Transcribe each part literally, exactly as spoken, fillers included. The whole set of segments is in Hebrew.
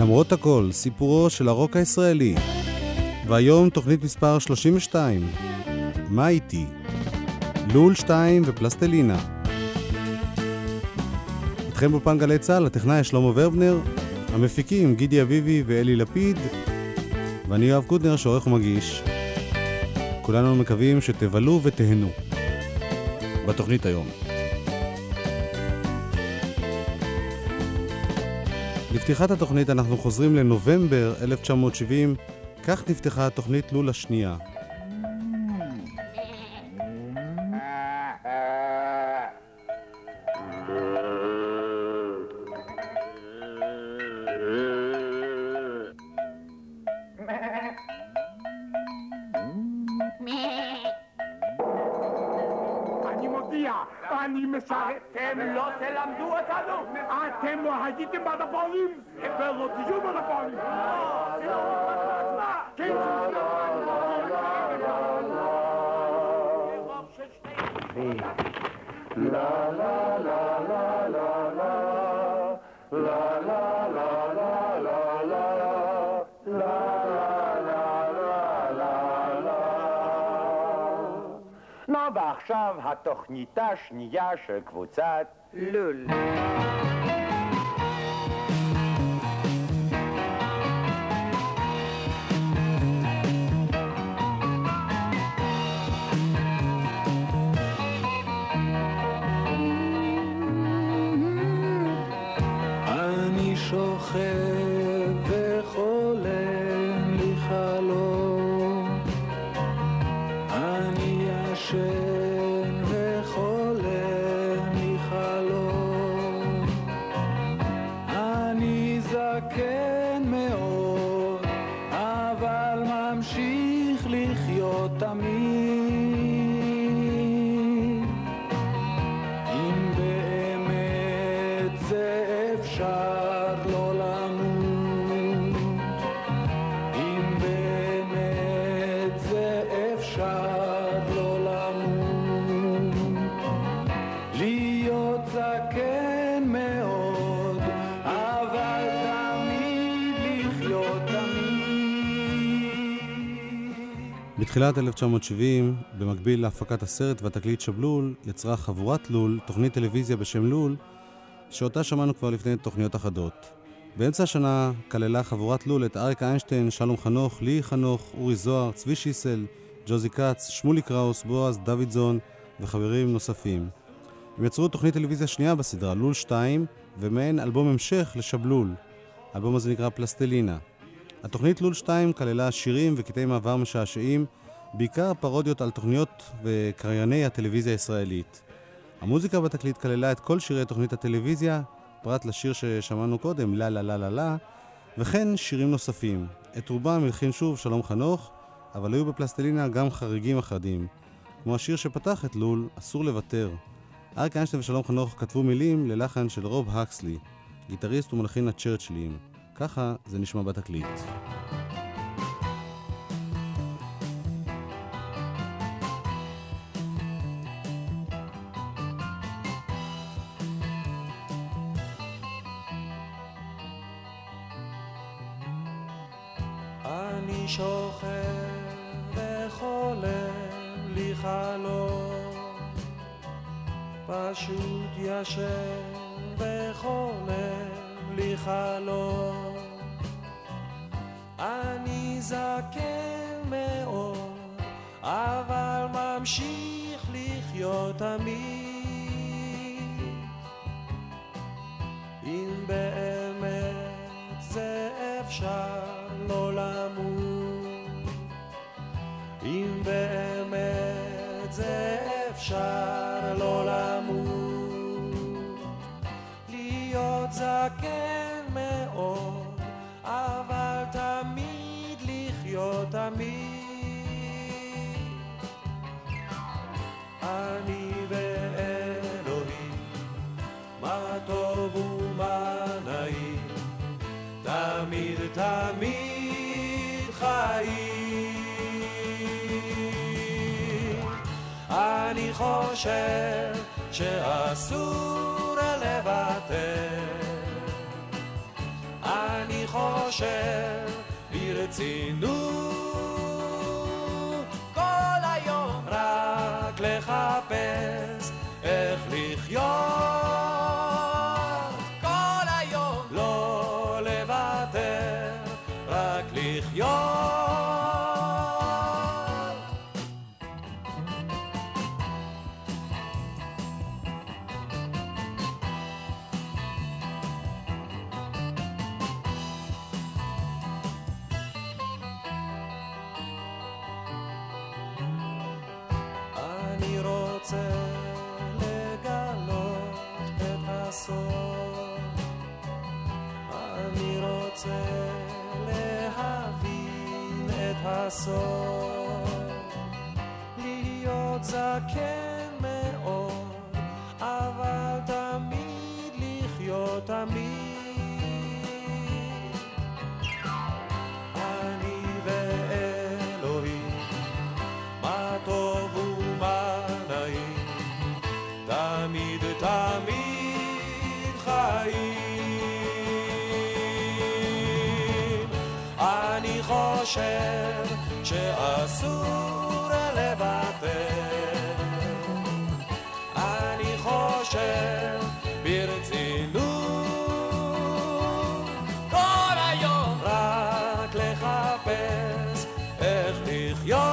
למרות הכל, סיפורו של הרוק הישראלי. והיום תוכנית מספר שלושים ושתיים. מה איתי? לול שתיים ופלסטלינה. איתכם באולפן גלי צה"ל, הטכנאי שלמה ורבנר, המפיקים גידי אביבי ואלי לפיד, ואני יואב קודנר שעורך ומגיש. כולנו מקווים שתבלו ותהנו בתוכנית היום. לפתיחת התוכנית אנחנו חוזרים לנובמבר אלף תשע מאות שבעים, כך נפתחה התוכנית לול השנייה. אני מסרב. אתם לא תלמדו אותנו. אתם לא הייתם בדפונים. ולא תהיו בדפונים. לה לה לה לה לה לה לה לה לה לה לה נו, ועכשיו התוכנית השנייה של קבוצת לול. אני שוכב וחולם לי חלום, אני ישן וחולם לי חלום, אני זקן מאוד אבל ממשיך לחיות תמיד. אם באמת זה אפשר לא למות, אם באמת זה אפשר לא למות, להיות זקן מאוד אבל תמיד לחיות תמיד. בתחילת אלף תשע מאות שבעים, במקביל להפקת הסרט והתקליט שבלול, יצרה חבורת לול, תוכנית טלוויזיה בשם לול, שאותה שמענו כבר לפני תוכניות אחדות. באמצע השנה כללה חבורת לול את אריק איינשטיין, שלום חנוך, לי חנוך, אורי זוהר, צבי שיסל, ג'וזי קאץ, שמולי קראוס, בועז, דוידזון וחברים נוספים. הם יצרו תוכנית טלוויזיה שנייה בסדרה, לול שתיים, ומעין אלבום המשך לשבלול. האלבום הזה נקרא פלסטלינה. התוכנית לול שתיים כללה שירים וקטעי מעבר משעשעים, בעיקר פרודיות על תוכניות וקרייני הטלוויזיה הישראלית. המוזיקה בתקליט כללה את כל שירי תוכנית הטלוויזיה, פרט לשיר ששמענו קודם, לה לה לה לה לה, וכן שירים נוספים. את רובם הלחין שוב שלום חנוך, אבל היו בפלסטלינה גם חריגים אחדים, כמו השיר שפתח את לול, אסור לוותר. אריק איינשטיין ושלום חנוך כתבו מילים ללחן של רוב הקסלי, גיטריסט ומלחין הצ'רצ'לים. ככה זה נשמע בתקליט. אני שוכב וחולם לי חלום, פשוט ישן וחולם לי חלום, אני זקן מאוד אבל ממשיך לחיות תמיד. אם באמת זה אפשר לא למות, אם באמת זה אפשר לא למות, להיות זקן מאוד אבל תמיד לחיות תמיד. אני ואלוהים, מה טוב ומה נעים, תמיד תמיד חיים. אני חושב שאסור לוותר, אני חושב ברצינות כל היום רק לחפש איך לחיות כל היום לא לוותר רק לחיות אני רוצה להבין את הסוף להיות זקן מאוד אבל תמיד לחיות תמיד אני ואלוהים מה טוב ומה נעים תמיד תמיד חיים אני חושב שאסור לוותר אני חושב ברצינות כל היום רק לחפש איך לחיות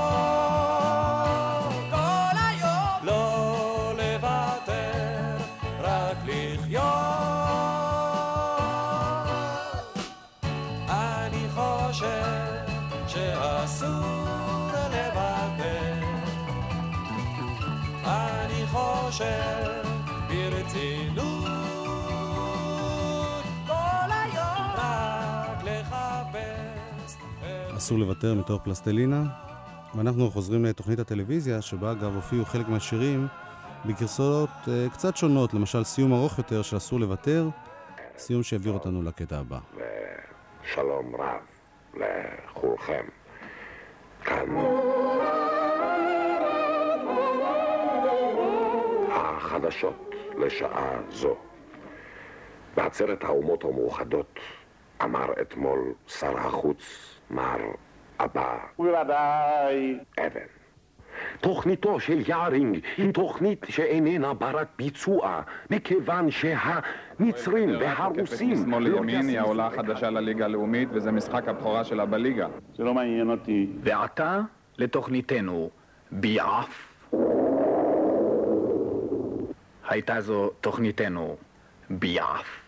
כל היום לא לוותר רק לחיות אני חושב שאסור לוותר אני חושב ברצינות כל היום רק לחפש אסור לוותר מתוך פלסטלינה, ואנחנו חוזרים לתוכנית הטלוויזיה שבה אגב הופיעו חלק מהשירים בגרסאות uh, קצת שונות, למשל סיום ארוך יותר של אסור לוותר, סיום שהעביר אותנו לקטע הבא. שלום רב לכולכם. כאן החדשות לשעה זו. בעצרת האומות המאוחדות אמר אתמול שר החוץ מר אבא בוודאי אבן. תוכניתו של יארינג היא תוכנית שאיננה ברת ביצוע, מכיוון שהמצרים והרוסים... משמאל לימין היא העולה החדשה לליגה הלאומית, וזה משחק הבכורה שלה בליגה. זה לא מעניין אותי. ועתה לתוכניתנו ביעף. הייתה זו תוכניתנו ביעף.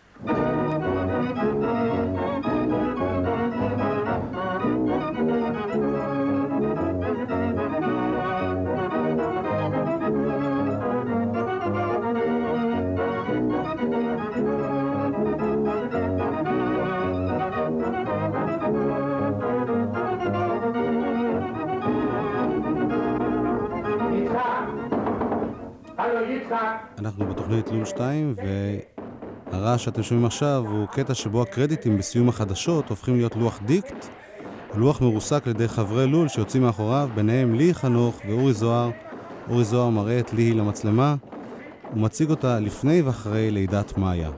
אנחנו בתוכנית לול שתיים, והרעש שאתם שומעים עכשיו הוא קטע שבו הקרדיטים בסיום החדשות הופכים להיות לוח דיקט, לוח מרוסק על ידי חברי לול שיוצאים מאחוריו, ביניהם לי חנוך ואורי זוהר. אורי זוהר מראה את לי למצלמה ומציג אותה לפני ואחרי לידת מאיה.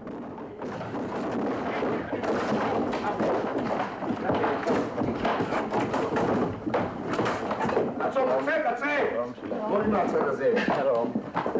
שלום.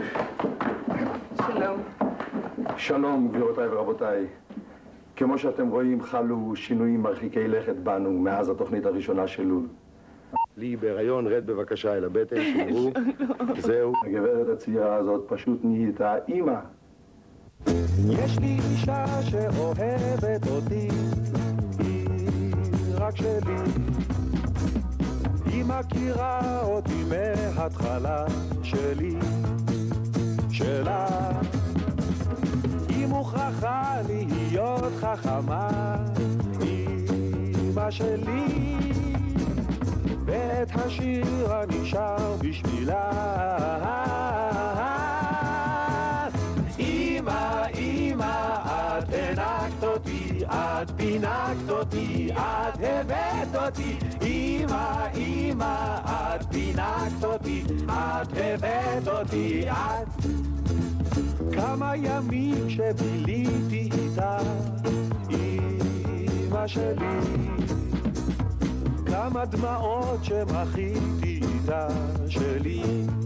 שלום. שלום גבירותיי ורבותיי. כמו שאתם רואים חלו שינויים מרחיקי לכת בנו מאז התוכנית הראשונה של לול. לי בהיריון, רד בבקשה אל הבטן, שמרו. זהו. הגברת הצעירה הזאת פשוט נהייתה אימא. יש לי אישה שאוהבת אותי, היא רק שלי. היא מכירה אותי מההתחלה שלי, שלה. היא מוכרחה להיות חכמה, אמא שלי. ואת השיר הנשאר בשבילה. אמא, אמא, את פינקת אותי, את פינקת אותי, את הבאת אותי. אמא, אמא, את פינקת אותי, את הבאת אותי, את. כמה ימים שביליתי איתה, אמא אמא שלי, כמה דמעות שמחיתי איתה, שלי,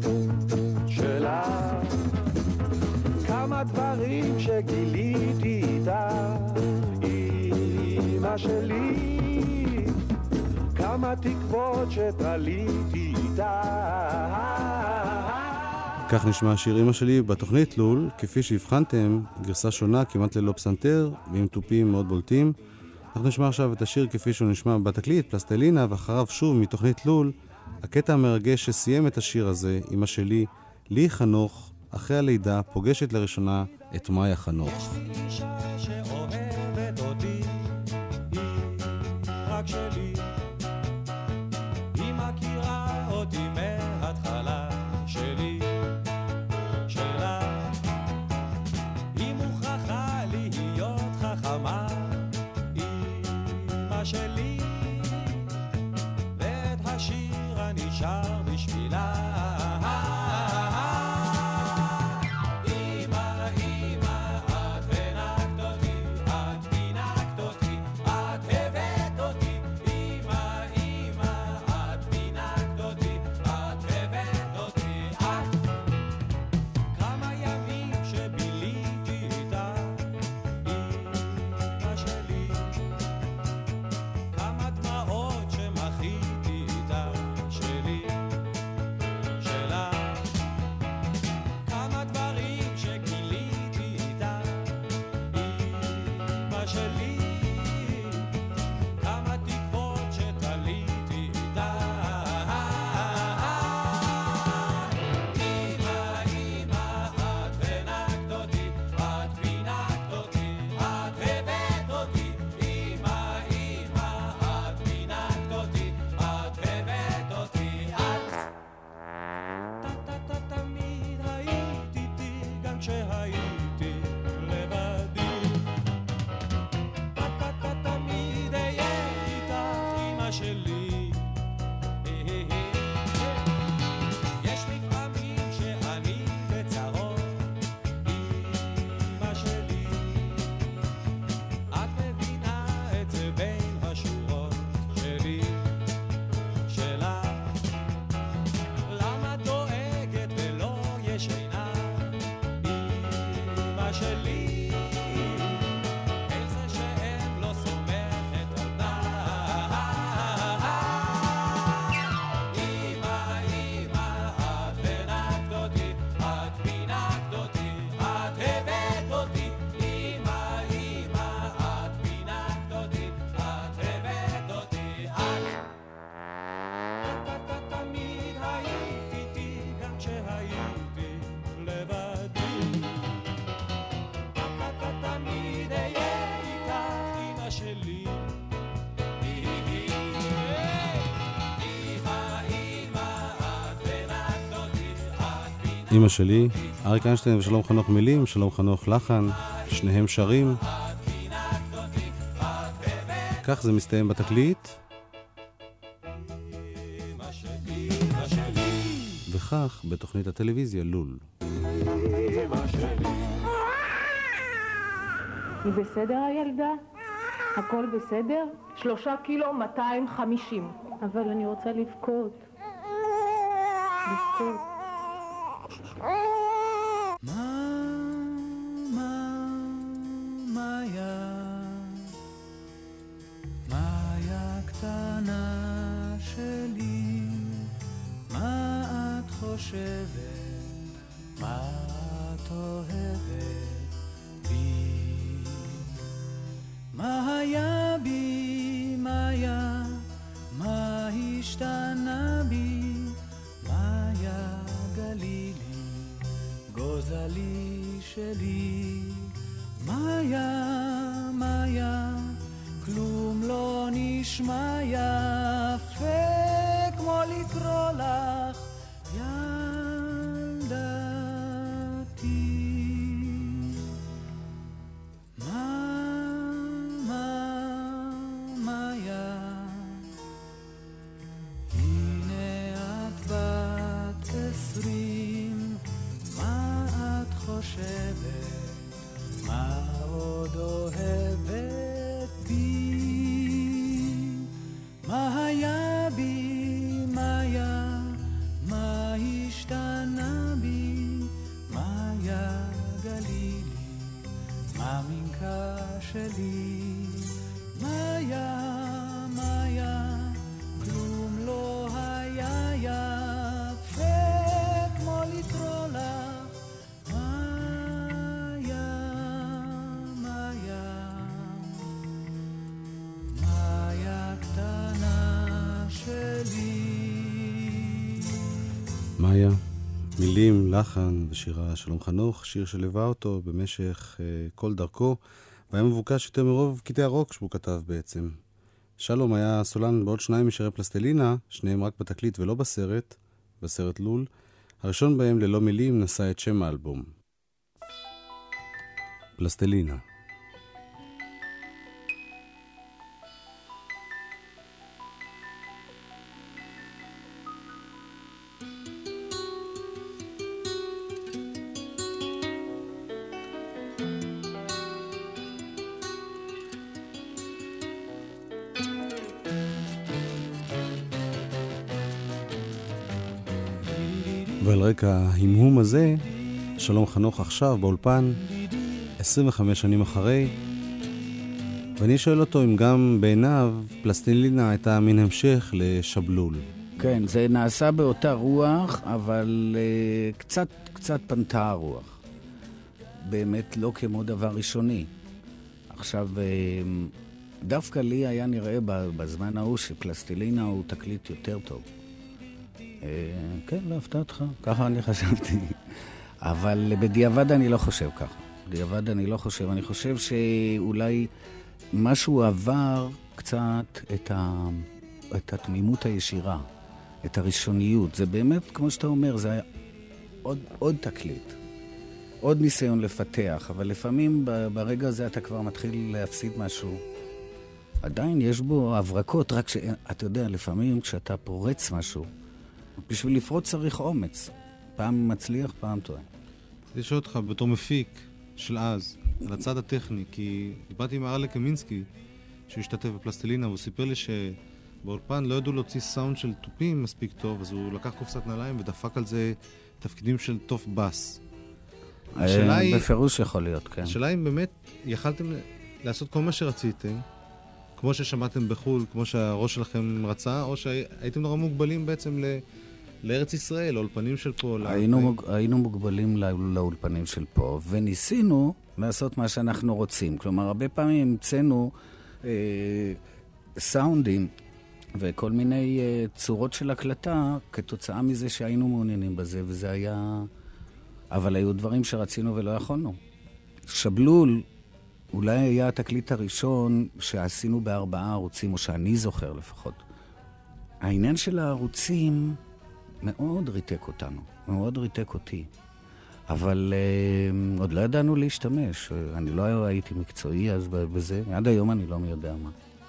שלה, כמה דברים שגיליתי איתה, אמא שלי, כמה תקוות שתליתי איתה. כך נשמע השיר אמא שלי בתוכנית לול, כפי שהבחנתם, גרסה שונה כמעט ללא פסנתר ועם טופים מאוד בולטים. אנחנו נשמע עכשיו את השיר כפי שהוא נשמע בתקליט, פלסטלינה, ואחריו שוב מתוכנית לול, הקטע המרגש שסיים את השיר הזה, אמא שלי, לי חנוך, אחרי הלידה, פוגשת לראשונה את מאיה חנוך. יש לי אישה שאוהבת אותי, היא רק שלי, היא מכירה אותי מההתחלה, שלי, שלה, היא מוכרחה להיות חכמה, אמא שלי, ואת השיר הנשאר בשבילה. אמא שלי, אריק איינשטיין ושלום חנוך מילים, שלום חנוך לחן, שניהם שרים. כך זה מסתיים בתקליט. וכך בתוכנית הטלוויזיה לול. היא בסדר הילדה? הכל בסדר? שלושה קילו מאתיים וחמישים. אבל אני רוצה לבכות. לבכות. מה, מה, מאיה, מאיה קטנה שלי, מה את חושבת, מה את אוהבת בי, מה היה בי, מאיה, מה השתנה בי, מאיה גלילי, גוזלי שלי, מאיה, מאיה, כלום לא נשמע יפה כמו לקרוא לך ילדתי. מה, מה, מאיה, הנה את בת עשרים, מה את חושבת, מה עוד אוהבת בי? שלי. מאיה, מאיה, כלום לא היה יפה כמו לקרוא לך מאיה, מאיה, מאיה קטנה שלי. מאיה, מילים, לחן ושירה שלום חנוך, שיר שליווה אותו במשך uh, כל דרכו, והיה מבוקש יותר מרוב קטעי הרוק שהוא כתב בעצם. שלום היה סולן בעוד שניים משירי פלסטלינה, שניהם רק בתקליט ולא בסרט, בסרט לול. הראשון בהם ללא מילים נשא את שם האלבום. פלסטלינה. ועל רקע ההמהום הזה, שלום חנוך עכשיו באולפן, עשרים וחמש שנים אחרי, ואני שואל אותו אם גם בעיניו פלסטלינה הייתה מין המשך לשבלול. כן, זה נעשה באותה רוח, אבל uh, קצת, קצת פנתה הרוח. באמת לא כמו דבר ראשוני. עכשיו, uh, דווקא לי היה נראה בזמן ההוא שפלסטלינה הוא תקליט יותר טוב. כן, להפתעתך, ככה אני חשבתי. אבל בדיעבד אני לא חושב ככה. בדיעבד אני לא חושב. אני חושב שאולי משהו עבר קצת את, ה... את התמימות הישירה, את הראשוניות. זה באמת, כמו שאתה אומר, זה היה עוד, עוד תקליט. עוד ניסיון לפתח, אבל לפעמים ברגע הזה אתה כבר מתחיל להפסיד משהו. עדיין יש בו הברקות, רק שאתה יודע, לפעמים כשאתה פורץ משהו, בשביל לפרוץ צריך אומץ. פעם מצליח, פעם טועה. אני שואל אותך בתור מפיק של אז, על הצד הטכני, כי דיברתי עם ארלה קמינסקי, שהוא השתתף בפלסטלינה, והוא סיפר לי שבאולפן לא ידעו להוציא סאונד של טופים מספיק טוב, אז הוא לקח קופסת נעליים ודפק על זה תפקידים של טוף בס. בפירוש יכול להיות, כן. השאלה אם באמת יכלתם לעשות כל מה שרציתם, כמו ששמעתם בחול, כמו שהראש שלכם רצה, או שהייתם נורא מוגבלים בעצם ל... לארץ ישראל, לאולפנים של פה. היינו, מוג... היינו מוגבלים לא... לאולפנים של פה, וניסינו לעשות מה שאנחנו רוצים. כלומר, הרבה פעמים המצאנו אה, סאונדים וכל מיני אה, צורות של הקלטה, כתוצאה מזה שהיינו מעוניינים בזה, וזה היה... אבל היו דברים שרצינו ולא יכולנו. שבלול אולי היה התקליט הראשון שעשינו בארבעה ערוצים, או שאני זוכר לפחות. העניין של הערוצים מאוד ריתק אותנו, מאוד ריתק אותי. אבל אה, עוד לא ידענו להשתמש. אני לא הייתי מקצועי אז בזה. עד היום אני לא מי יודע מה.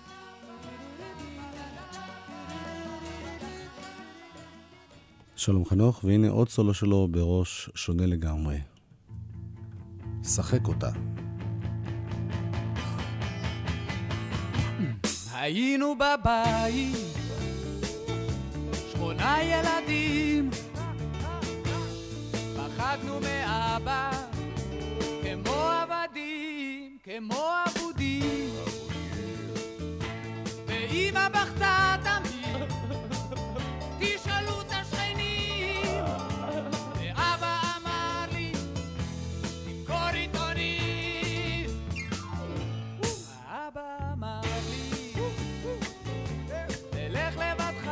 שלום חנוך, והנה עוד סולו שלו בראש שונה לגמרי. שחק אותה. היינו בבית שמונה ילדים, פחדנו מאבא כמו עבדים, כמו עבודים, ואמא בכתה תמיד, תשאלו את השכנים, ואבא אמר לי תמכור עיתונים, אבא אמר לי תלך לבדך,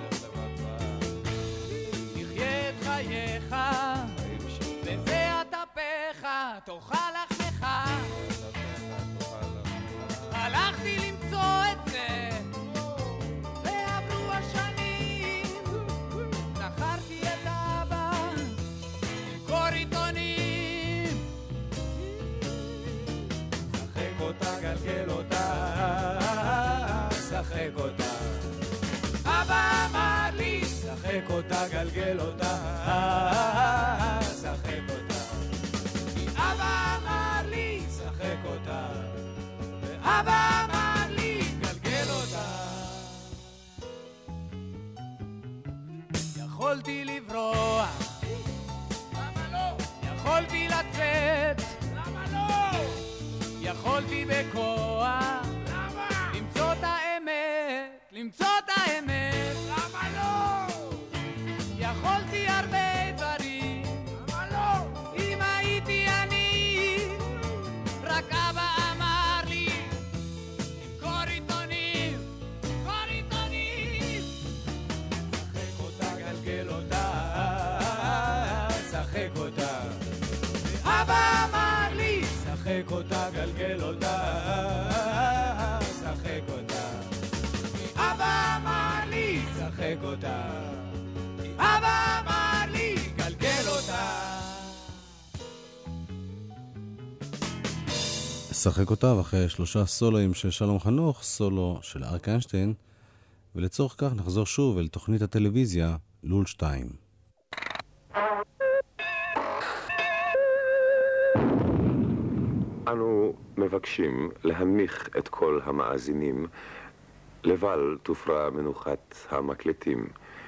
תחיה את חייך, וזה הטפך, תאכל לחמך. הלכתי למצוא את זה, ועברו השנים, זכרתי את אבא, למכור עיתונים. שחק אותה, גלגל אותה, שחק אותה. אבא אמר לי, שחק אותה, גלגל אותה, שחק אותה. אבא אמר לי, שחק אותה, ואבא אמר לי, גלגל אותה. יכולתי לברוח, למה לא? יכולתי לצאת, למה לא? יכול יכולתי בכוח למצוא את האמת, למצוא את האמת. למה לא? יכולתי הרבה דברים. למה לא? אם הייתי אני, רק אבא אמר לי קור עיתונים, קור עיתונים. שחק אותה, גלגל אותה, שחק אותה. אבא אמר לי שחק אותה, גלגל אותה, שחק אותה. אבא אמר לי שחק אותה, אבא אמר לי גלגל אותה. שחק אותה, ואחרי שלושה סולואים של שלום חנוך, סולו של אריק איינשטיין, ולצורך כך נחזור שוב אל תוכנית הטלוויזיה לול שתיים. אנו מבקשים להנמיך את כל המאזינים לבל תופרע מנוחת המקלטים.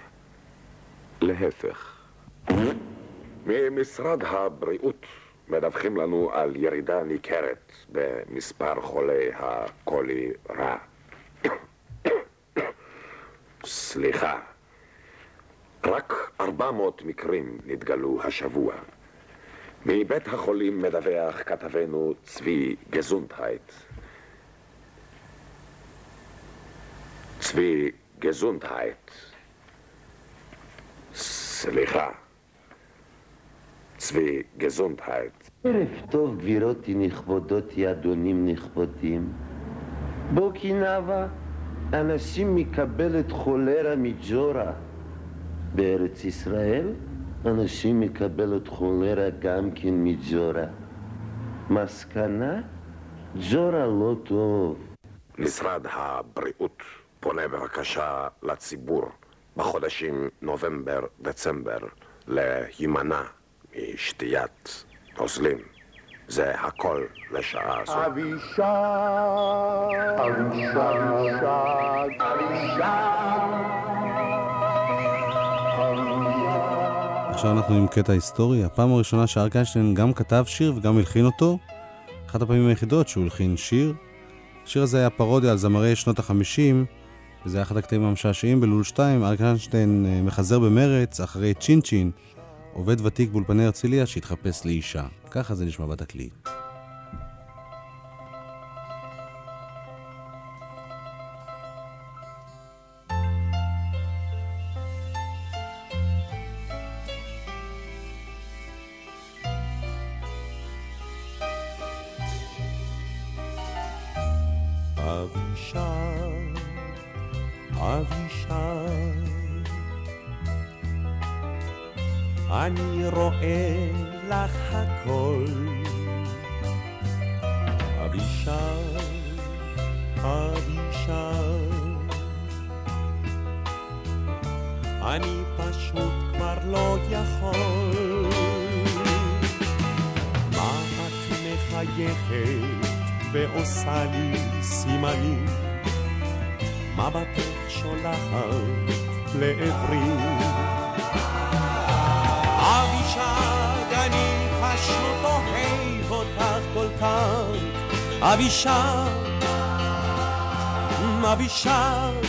להפך. ממשרד הבריאות מדווחים לנו על ירידה ניכרת במספר חולי הקולרה. סליחה. רק ארבע מאות מקרים נתגלו השבוע. מבית החולים מדווח כתבנו צבי גזונטהייט. צבי גזונטהייט. סליחה. צבי גזונטהייט. ערב טוב גבירותי נכבודותי, אדונים נכבודים. באוקינאווה אנשים מקבלת חולרה מג'ורה. בארץ ישראל אנשים מקבלת חולרה גם כן מג'ורה. מסקנה? ג'ורה לא טוב. משרד הבריאות פונה בבקשה לציבור בחודשים נובמבר-דצמבר להימנע משתיית נוזלים. זה הכל לשעה זו. אבישג, אבישג, אבישג. עכשיו אנחנו עם קטע היסטורי. הפעם הראשונה שאריק איינשטיין גם כתב שיר וגם הלחין אותו. אחת הפעמים היחידות שהוא הלחין שיר. השיר הזה היה פרודיה על זמרי שנות החמישים, וזה היה אחד הקטעים המשעשעים בלול שתיים. אריק איינשטיין מחזר במרץ אחרי צ'ין צ'ין, עובד ותיק באולפני הרצליה שהתחפש לאישה. ככה זה נשמע בתקליט. אבישג, אבישג, אני רואה לך הכל. אבישג, אבישג, אני פשוט כבר לא יכול. מה את מחייכת ועושה לי סימנים, מבטך שולחת לעברי. אבישג, אני פשוט אוהב אותך כל כך. אבישג, אבישג,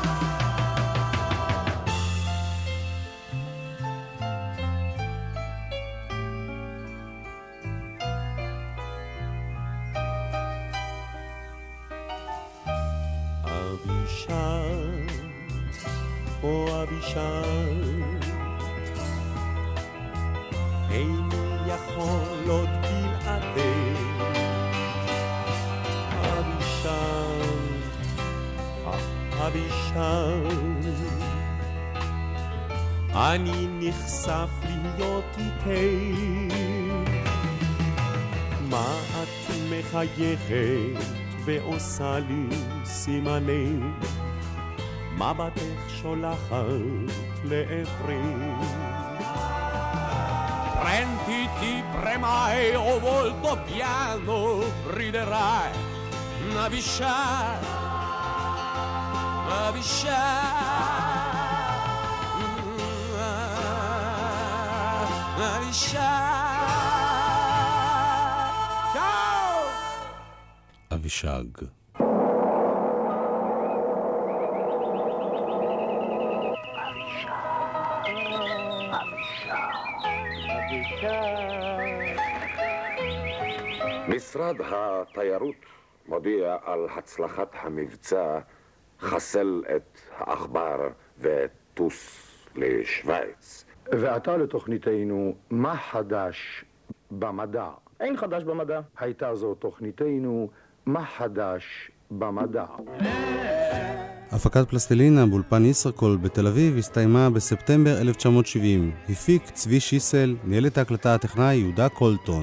איני יכול עוד בלעדך. אבישג, אבישג, אני נחשף להיות איתך. מה את מחייכת ועושה לי סימני, מבטך שולחת לעברי. Prenditi, premai, ho volto piano, riderai, Avisciar, Avisciar, Avisciar. Ciao! אבישג. משרד התיירות מודיע על הצלחת המבצע חסל את העכבר וטוס לשוויץ. ועתה לתוכניתנו, מה חדש במדע? אין חדש במדע. הייתה זו תוכניתנו, מה חדש במדע? הפקת פלסטלינה באולפן ישרקול בתל אביב הסתיימה בספטמבר אלף תשע מאות שבעים. הפיק צבי שיסל, ניהל את ההקלטה הטכנאי יהודה קולטון.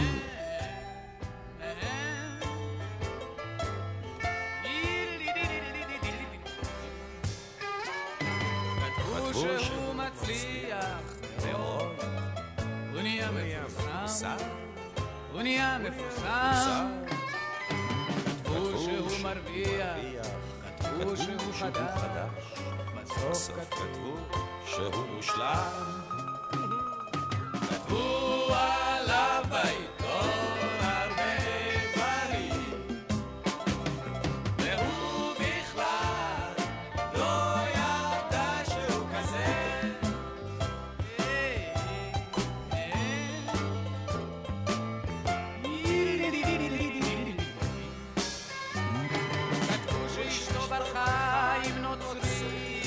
בסוף כתבו שהוא מושלם, כתבו עליו בעיתון הרבה דברים, והוא בכלל לא ידע שהוא כזה. כתבו שאשתו ברחה עם נוצרי,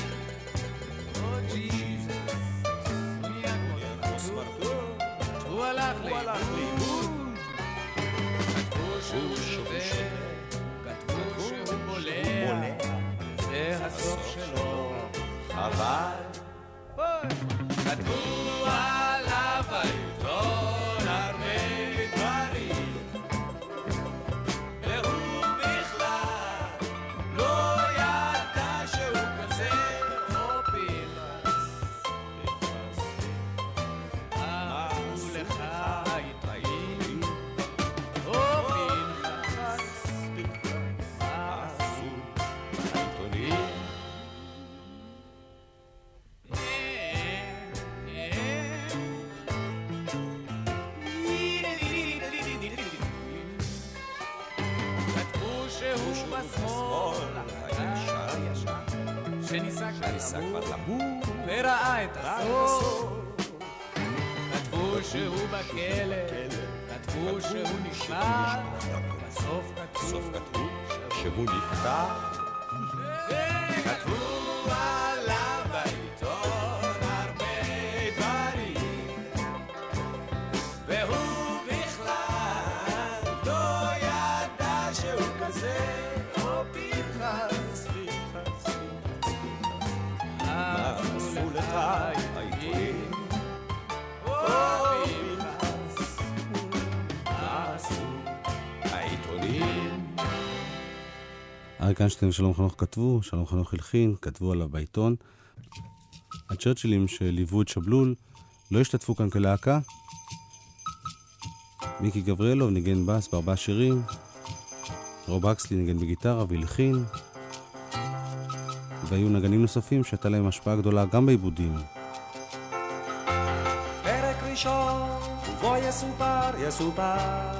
הוא הלך לאיבוד, כתבו שהוא שובר, כתבו שהוא בולע, זה הסוף שלו, אבל כתבו עליו בעיתון הרבה דברים, והוא בכלל לא ידע שהוא כזה. או פרס, אמרו לך העיתונאים, או פרס, עשו העיתונים. כתבו שהוא בשמאל, הישר, שניסה כבר למות וראה את הסוף. כתבו שהוא בכלא, כתבו שהוא נשמע, בסוף כתבו שהוא נפטר. כתבו עליו בעיתון הרבה דברים, והוא בכלל לא ידע שהוא כזה. או פרס, עשו לך העיתונים, או פרס, עשו העיתונים. אריק איינשטיין ושלום חנוך כתבו, שלום חנוך הלחין, כתבו עליו בעיתון. הצ'רצ'ילים שליוו את שבלול לא השתתפו כאן כלהקה. מיקי גבריאלוב ניגן בס בארבעה שירים, רוב הקסלי ניגן בגיטרה והלחין, והיו נגנים נוספים שהייתה להם השפעה גדולה גם בעיבודים. פרק ראשון, ובו יסופר, יסופר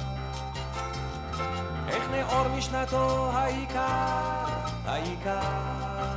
איך נאור משנתו העיקר, העיקר.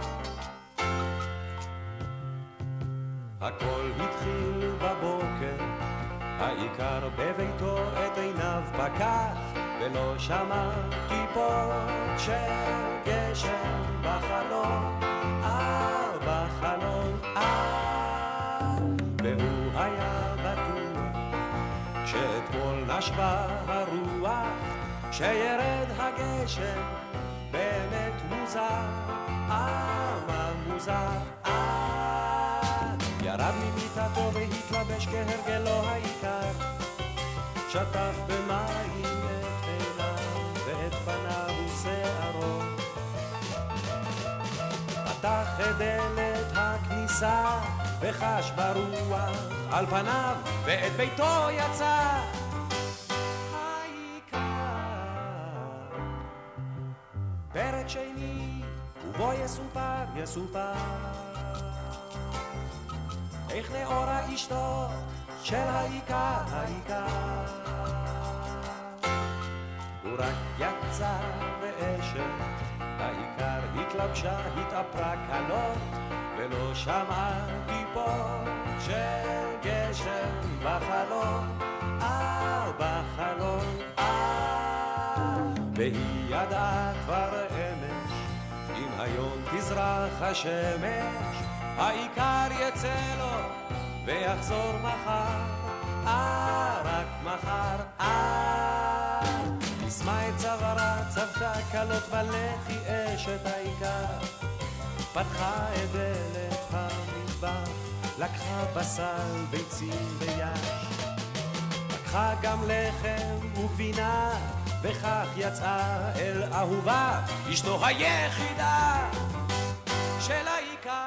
הכל התחיל בבוקר, העיקר בביתו את עיניו פקח, ולא שמע טיפות של גשם בחלון, אה, בחלון, אה. והוא היה בטוח שאתמול נשבה הרוח, שירד הגשם באמת מוזר, אה, מה מוזר, אה. ירד ממיטתו והתלבש כהרגלו העיקר, שטף במים את עיניו ואת פניו ושערו, פתח את דלת הכניסה וחש ברוח על פניו ואת ביתו יצא. פרק שני, ובו יסופר, יסופר איך נאורה אשתו של העיקר, העיקר. הוא רק יצא ואשת, העיקר התלבשה, התאפרה קלות, ולא שמעתי פה של גשם בחלום, אה, בחלום, אה, והיא ידעה כבר אמש, אם היום תזרח השמש, העיקר יצא לו ויחזור מחר, אה, רק מחר, אה, תשמע את צווארה, צבתה קלות בלחי אשת העיקר, פתחה את דלת המטבח, לקחה בשר, ביצים ויש, לקחה גם לחם וגבינה, וכך יצאה אל אהובה, אשתו היחידה של העיקר.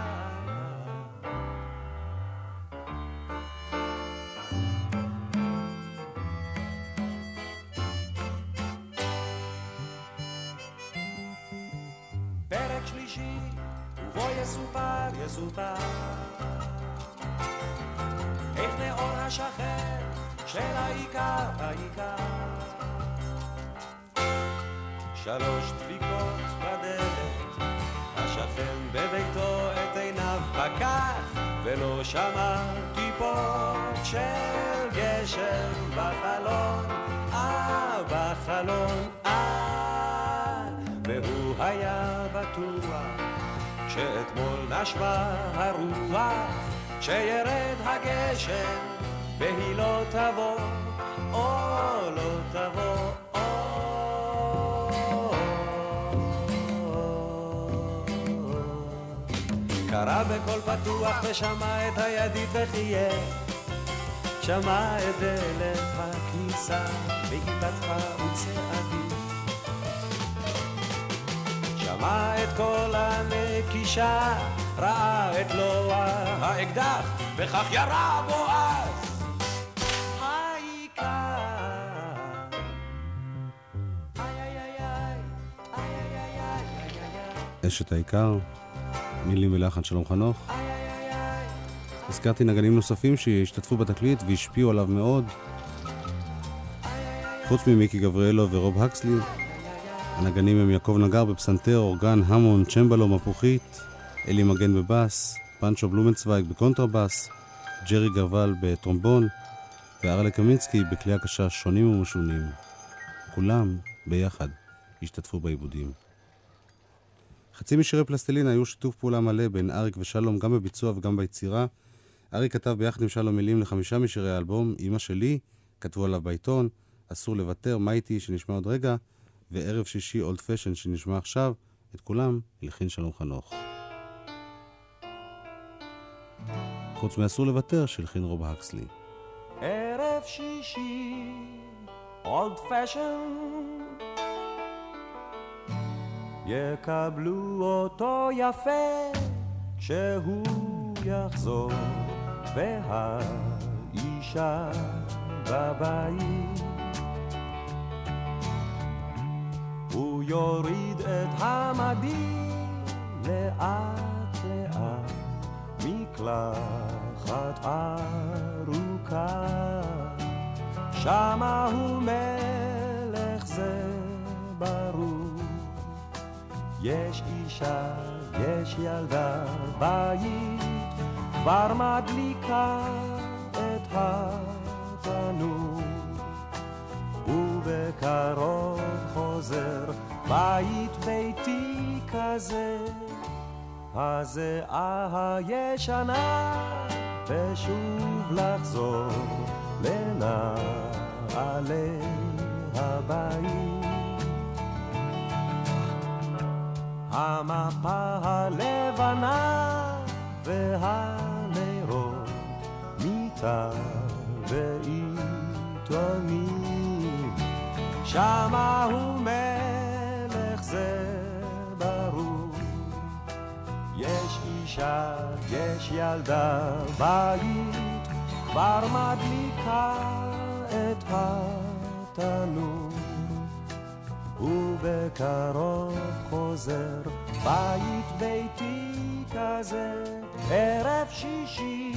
פרק שלישי, ובו יסופר, יסופר איך נאור השכן של העיקר, העיקר. שלוש דפיקות בדלת, השכן בביתו את עיניו פקח, ולא שמע טיפות של גשם בחלון, אה, בחלון, אה, והוא היה בטוח שאתמול נשבה הרוח שירד הגשם והיא לא תבוא, או לא תבוא, קרא בקול פתוח ושמע את הידית וחייך, שמע את דלת הכניסה והיא פתחה וצעדים, שמע את כל הנקישה, ראה את לוע האקדח וכך ירה בו אז העיקר. אשת העיקר, מילים ולחן שלום חנוך. הזכרתי נגנים נוספים שהשתתפו בתקליט והשפיעו עליו מאוד, חוץ ממיקי גבריאלו ורוב הקסלי. הנגנים הם יעקב נגר בפסנתר, אורגן, המון, צ'מבלו, מפוחית, אלי מגן בבאס, פנצ'ו בלומנצוויג בקונטרבאס, ג'רי גרוול בטרומבון וארלה קמינסקי בכלי הקשה שונים ומשונים. כולם ביחד השתתפו בעיבודים. חצי משירי פלסטלינה היו שיתוף פעולה מלא בין אריק ושלום גם בביצוע וגם ביצירה. אריק כתב ביחד עם שלום מילים לחמישה משירי האלבום, אמא שלי, כתבו עליו בעיתון, אסור לוותר, מייטי שנשמע עוד רגע, וערב שישי אולד פשן שנשמע עכשיו. את כולם הלחין שלום חנוך. חוץ מאסור לוותר שהלחין רוב הקסלי. ערב שישי אולד פשן יקבלו אותו יפה כשהוא יחזור, והאישה בבית הוא יוריד את המדים לאט לאט מקלחת ארוכה, שמה הוא מלך זה ברור, יש אישה, יש ילדה, בית כבר מדליקה את התנור, ובקרוב חוזר בית ביתי כזה, הזיעה הישנה ושוב לחזור לנעלי הבית. המפה הלבנה והנרות מיטה ועיתונים, שמה הוא מלך זה ברור, יש אישה, יש ילדה, בית כבר מדליקה את התנור, ובקרוב חוזר בית ביתי כזה, ערב שישי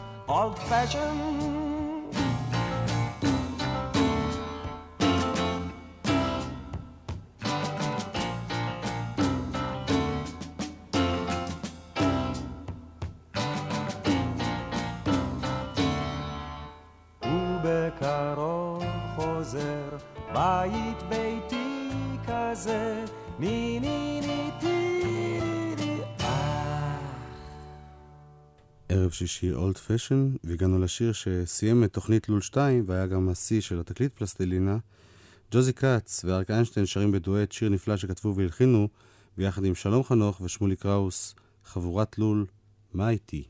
old fashioned בית ביתי כזה, ני ני ני ני ני ערב שישי אולד פשן, והגענו לשיר שסיים את תוכנית לול שתיים, והיה גם השיא של התקליט פלסטלינה. ג'וזי קאץ ואריק איינשטיין שרים בדואט שיר נפלא שכתבו והלחינו, ביחד עם שלום חנוך ושמולי קראוס, חבורת לול, מה איתי?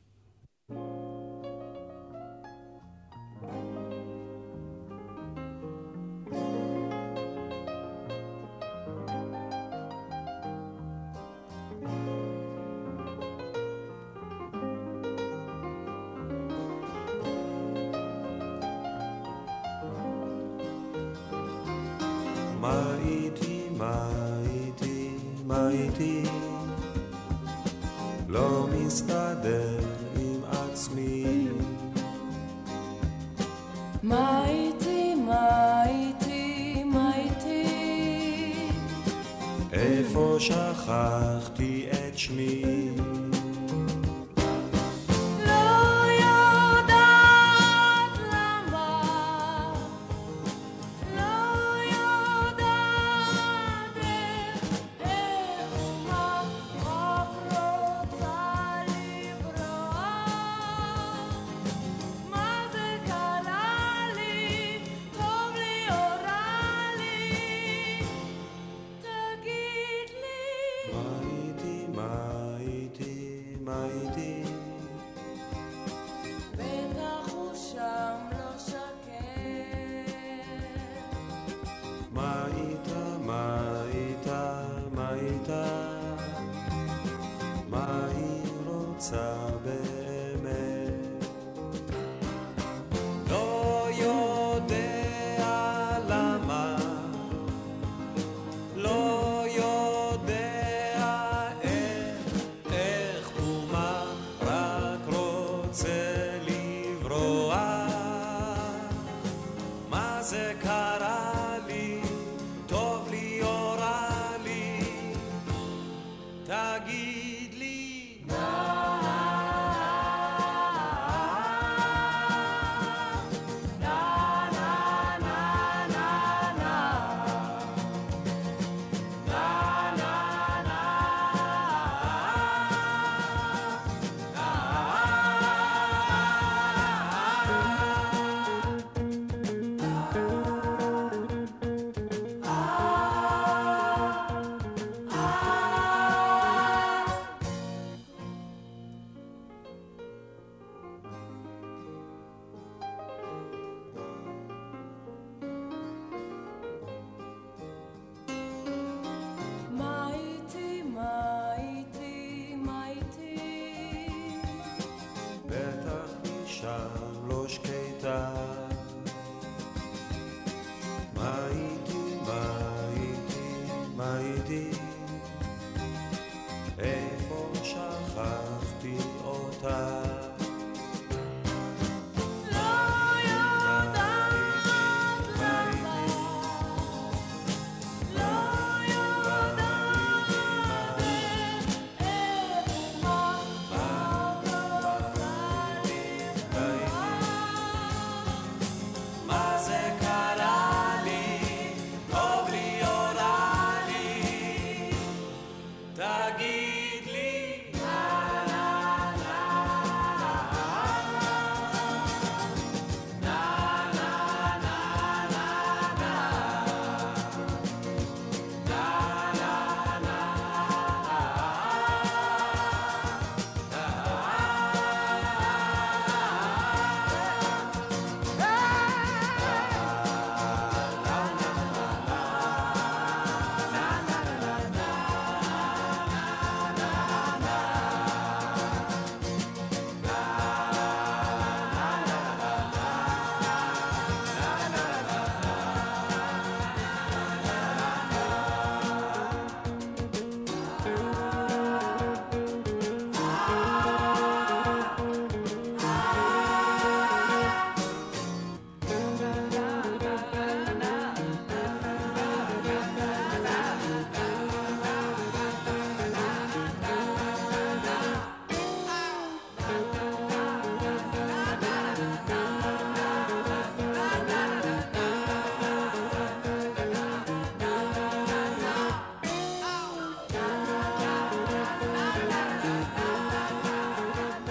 מה איתי, מה איתי, מה איתי, לא מסתדר עם עצמי. מה איתי, מה איתי, מה איתי, איפה שכחתי את שמי. מה איתי,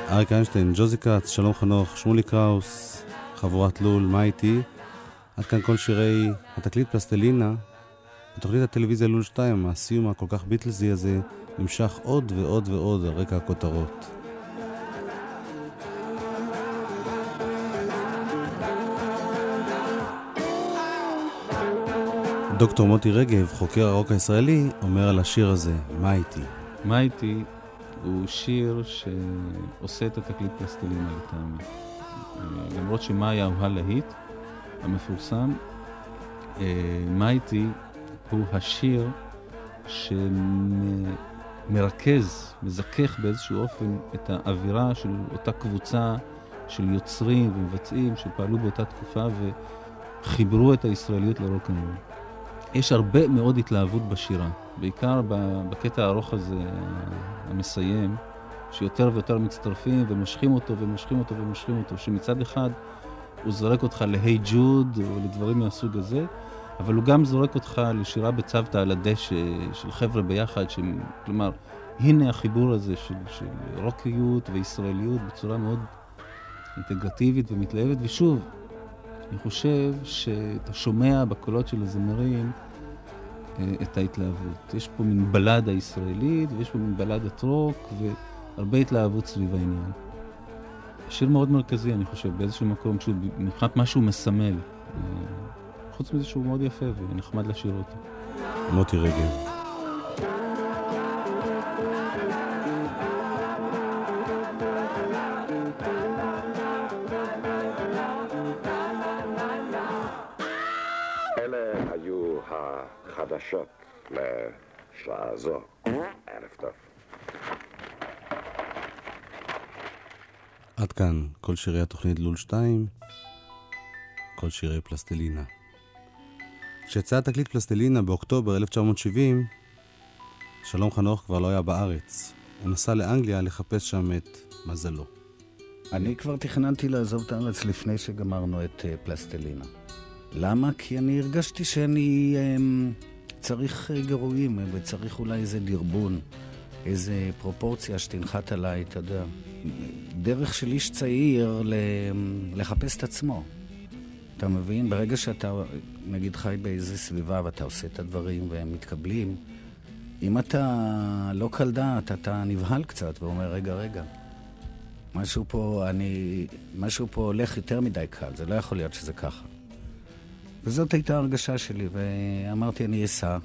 אריק איינשטיין, ג'וזי קאץ, שלום חנוך, שמולי קראוס, חבורת לול, מה איתי? עד כאן כל שירי התקליט פלסטלינה. בתוכנית הטלוויזיה לול שתיים, הסיום הכל כך ביטלזי הזה נמשך עוד ועוד ועוד על רקע הכותרות. דוקטור מוטי רגב, חוקר הרוק הישראלי, אומר על השיר הזה, מה איתי? מה איתי הוא שיר שעושה את התקליט פלסטלינה לטעמי. למרות שמאיה הוא הלהיט המפורסם, מה איתי הוא השיר שמרכז, מזכך באיזשהו אופן את האווירה של אותה קבוצה של יוצרים ומבצעים שפעלו באותה תקופה וחיברו את הישראליות לרוק'נ'רול. יש הרבה מאוד התלהבות בשירה, בעיקר בקטע הארוך הזה המסיים, שיותר ויותר מצטרפים ומשכים אותו ומשכים אותו ומשכים אותו, שמצד אחד הוא זורק אותך להי ג'וד או לדברים מהסוג הזה, אבל הוא גם זורק אותך לשירה בצוותא על הדשא של חבר'ה ביחד, ש... כלומר, הנה החיבור הזה של, של רוקיות וישראליות בצורה מאוד אינטגרטיבית ומתלהבת, ושוב, אני חושב שאתה שומע בקולות של הזמרים את ההתלהבות. יש פה מין בלדה ישראלית, ויש פה מין בלדת רוק, והרבה התלהבות סביב העניין. שיר מאוד מרכזי, אני חושב, באיזשהו מקום, שהוא מבחינת משהו מסמל. חוץ מזה שהוא מאוד יפה, ונחמד לשיר אותו. מוטי רגב. חדשות לשעה זו. ערב טוב. עד כאן כל שירי התוכנית לול שתיים, כל שירי פלסטלינה. כשיצא תקליט פלסטלינה באוקטובר אלף תשע מאות שבעים, שלום חנוך כבר לא היה בארץ. הוא נסע לאנגליה לחפש שם את מזלו. אני כבר תכננתי לעזוב את הארץ לפני שגמרנו את uh, פלסטלינה. למה? כי אני הרגשתי שאני um, צריך uh, גירויים, וצריך אולי איזה דרבון, איזה פרופורציה שתנחת עליי, אתה יודע. דרך של איש צעיר ל... לחפש את עצמו. אתה מבין? ברגע שאתה, נגיד, חי באיזה סביבה ואתה עושה את הדברים והם מתקבלים, אם אתה לא קל דעת, אתה נבהל קצת ואומר, רגע, רגע, משהו פה, אני, משהו פה הולך יותר מדי קל, זה לא יכול להיות שזה ככה. וזאת הייתה הרגשה שלי, ואמרתי, אני אסע,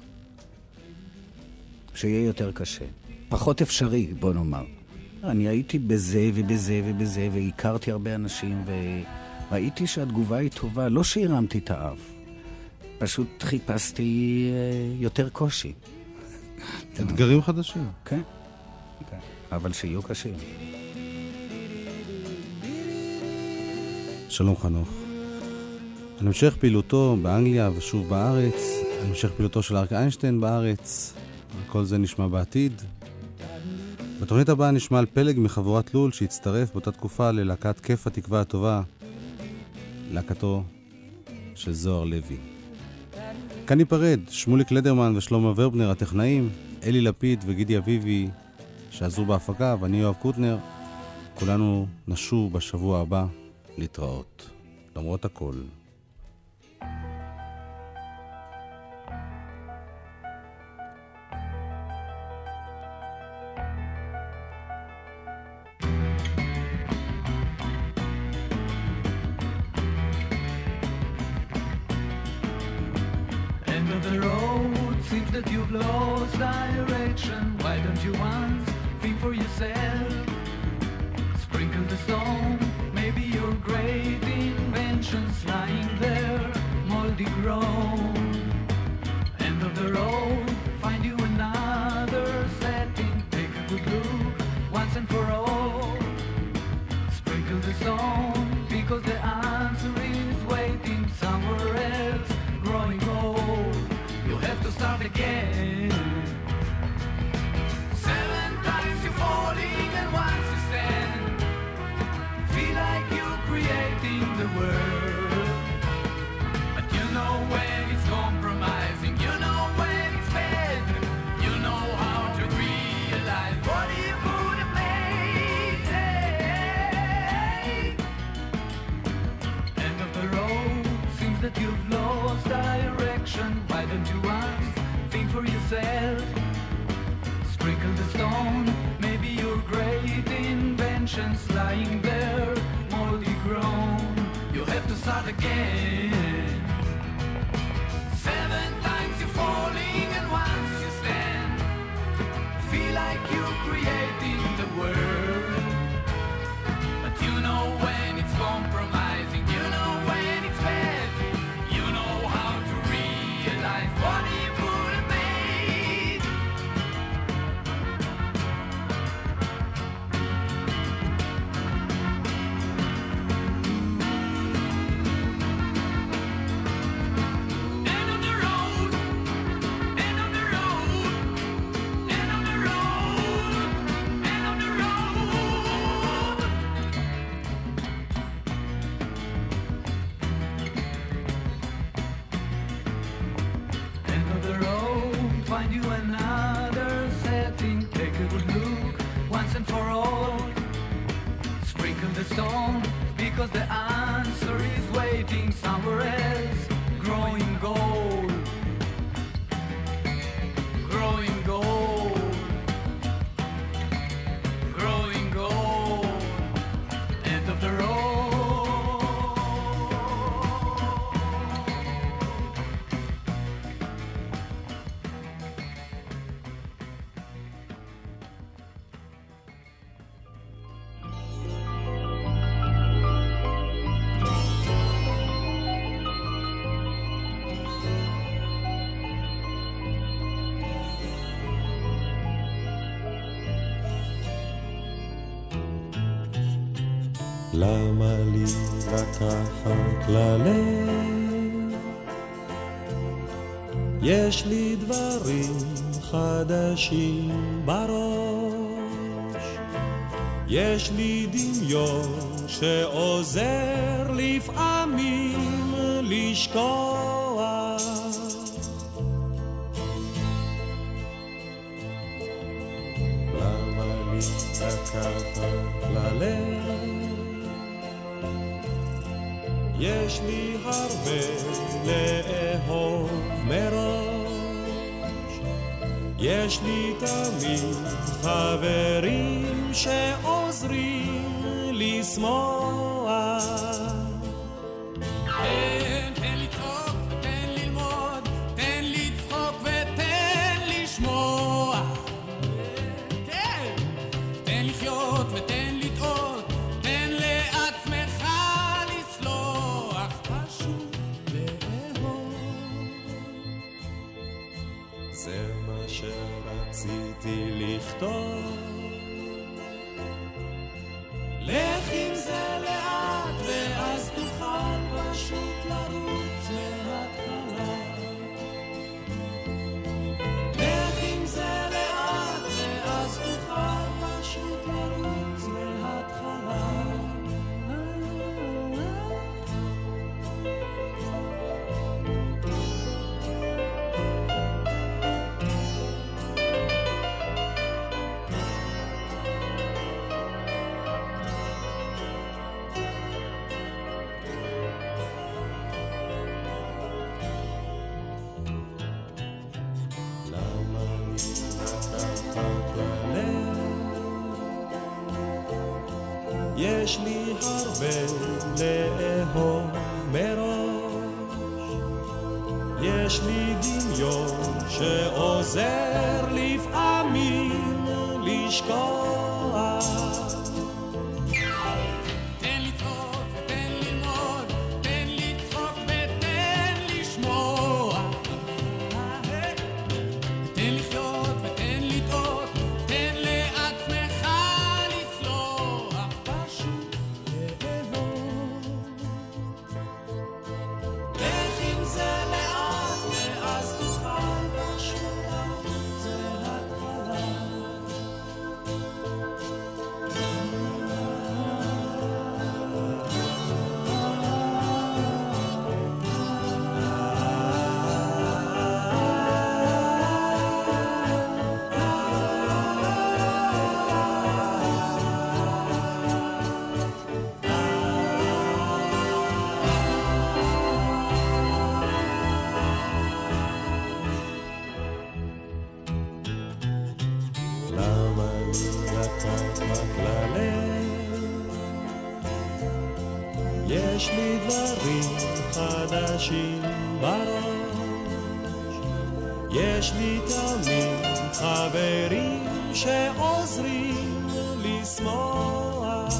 שיהיה יותר קשה. פחות אפשרי, בוא נאמר. אני הייתי בזה ובזה ובזה, והכרתי הרבה אנשים, וראיתי שהתגובה היא טובה. לא שהרמתי את האף, פשוט חיפשתי יותר קושי. אתגרים חדשים. כן, כן. אבל שיהיו קשים. שלום חנוך. על המשך פעילותו באנגליה ושוב בארץ, על המשך פעילותו של אריק איינשטיין בארץ, כל זה נשמע בעתיד. בתוכנית הבאה נשמע על פלג מחבורת לול שהצטרף באותה תקופה ללהקת כיף התקווה הטובה, להקתו של זוהר לוי. כאן ניפרד, שמוליק לדרמן ושלמה ורבנר הטכנאים, אלי לפיד וגידי אביבי שעזרו בהפקה, ואני יואב קוטנר. כולנו נשוב בשבוע הבא להתראות. למרות הכל. That you've lost direction. Why don't you once think for yourself? Sprinkle the stone, maybe your great invention's lying there, moldy grown. End of the road, find you another setting. Take a good look, once and for all. Sprinkle the stone, because the answer is waiting somewhere else, growing old. You have to start again. Seven times you're falling and once you stand. Feel like you're creating the world. But you know when it's compromising, you know when it's bad. You know how to realize what you could have made. that you've lost direction. Why don't you once think for yourself? Sprinkle the stone, maybe your great invention's lying there, moldy grown. You have to start again. Seven times you're falling and once you stand. Feel like you're creating the world. But you know when it's compromising, you know when it's bad. You know how to realize what it would have made. End of the road, end of the road, end of the road, end of the road. End of the road, find you another setting. Take a good look once and for all. Sprinkle the stone because the answer is waiting somewhere else. Growing gold, growing gold, growing gold. End of the road. למה לי לקחת ללב? יש לי דברים חדשים בראש, יש לי דמיון שעוזר לפעמים לשכוח. למה לי לקחת ללב? יש לי הרבה לאהוב מראש, יש לי תמיד חברים שעוזרים לשמוח. תן, תן לצחוק ותן ללמוד, תן לצחוק ותן לשמוע. כן, תן לחיות ותן לטעות, תן לעצמך לסלוח, פשוט לאהוב. זה מה שרציתי לכתוב, לך עם זה לאט ואז תוכל פשוט לרוץ מההתחלה. לך עם זה לאט ואז תוכל פשוט לרוץ מההתחלה. יש לי הרבה לאהוב מראש, יש לי דמיון שעוזר לפעמים לשכוח. תן לצחוק ותן ללמוד, תן לצחוק ותן לשמוע. תן לחיות ותן לטעות, תן לעצמך לסלוח, פשוט לאהוב. לך עם זה לאט ואז תוכל פשוט לרוץ מההתחלה. יש לי דברים חדשים בראש, יש לי תמיד חברים שעוזרים לשמוח.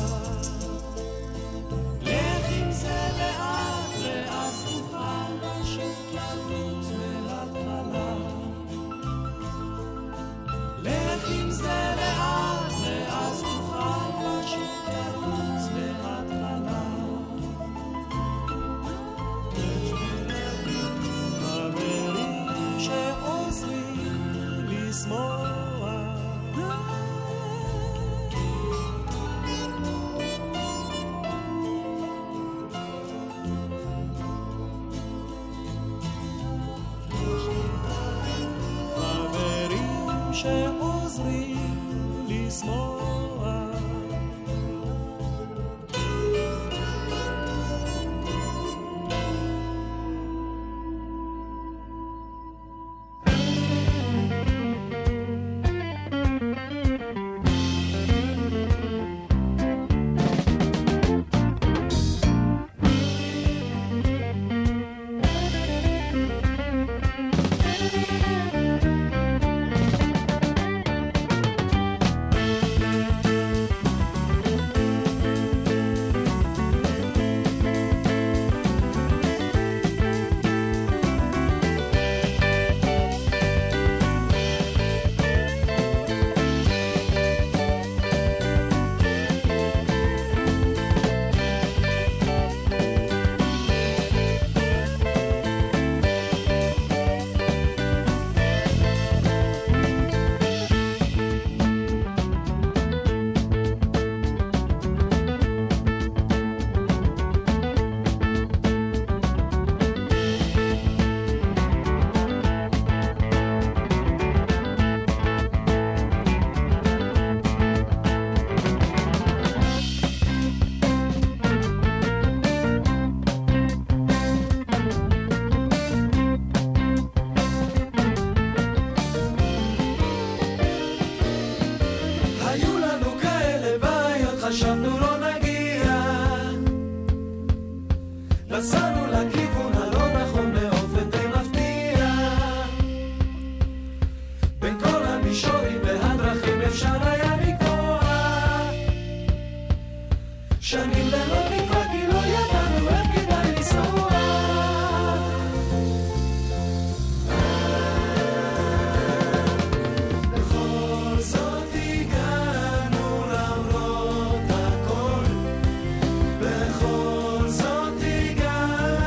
לך עם זה לאט ואז תוכל פשוט לרוץ מההתחלה. לך עם זה לאט ואז תוכל פשוט לרוץ מההתחלה. יש לי חברים שעוזרים לשמוח. שעוזרים לשמוח. בכל זאת הגענו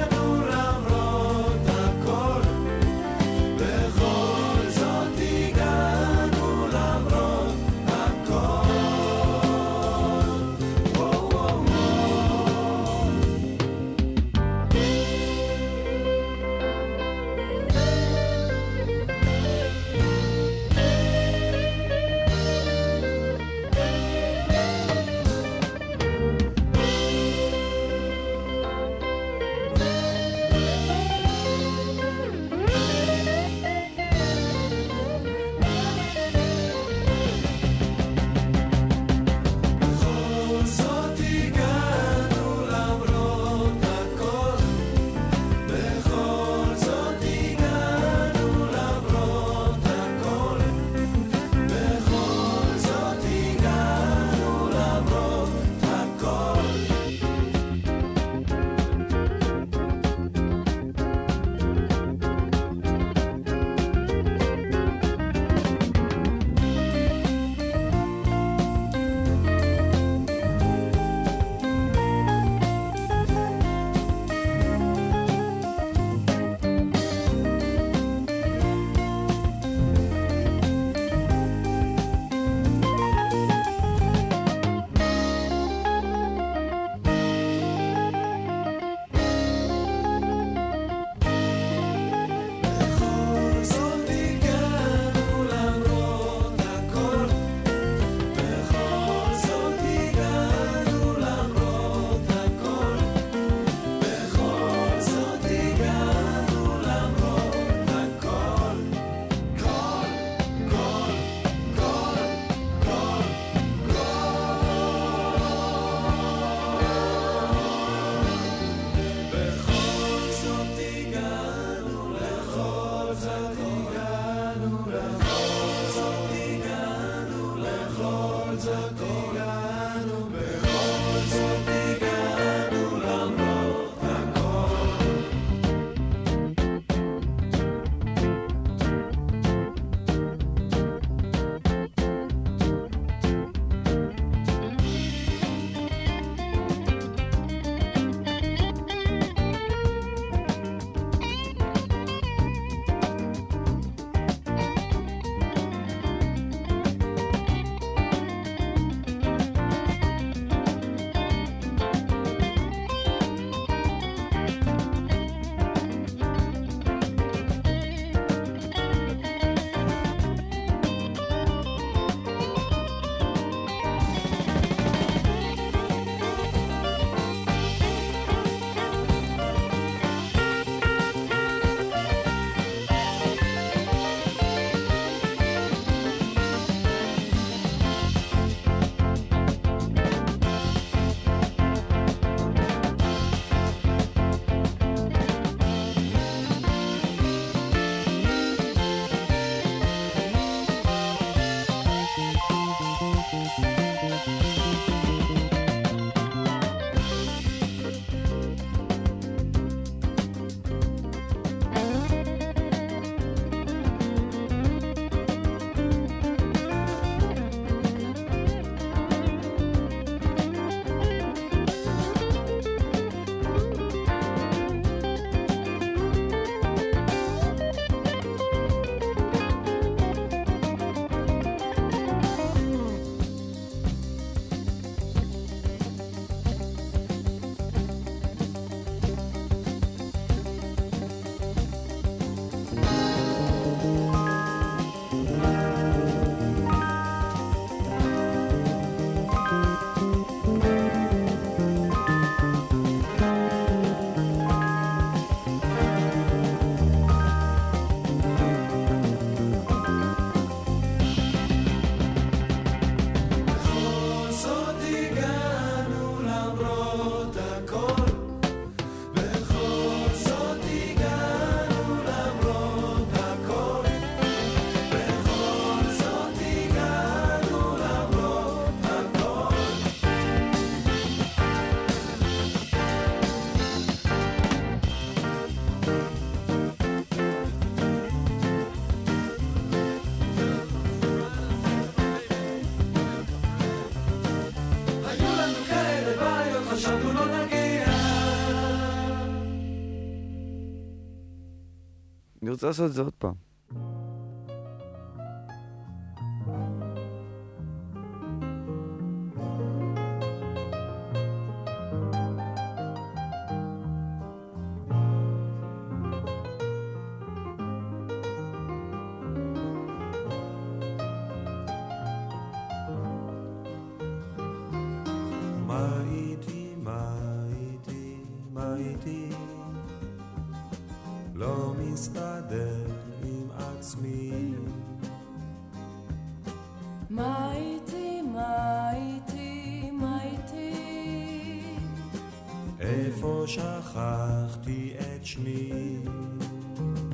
אני רוצה לעשות את זה עוד פעם. איפה שכחתי את שמי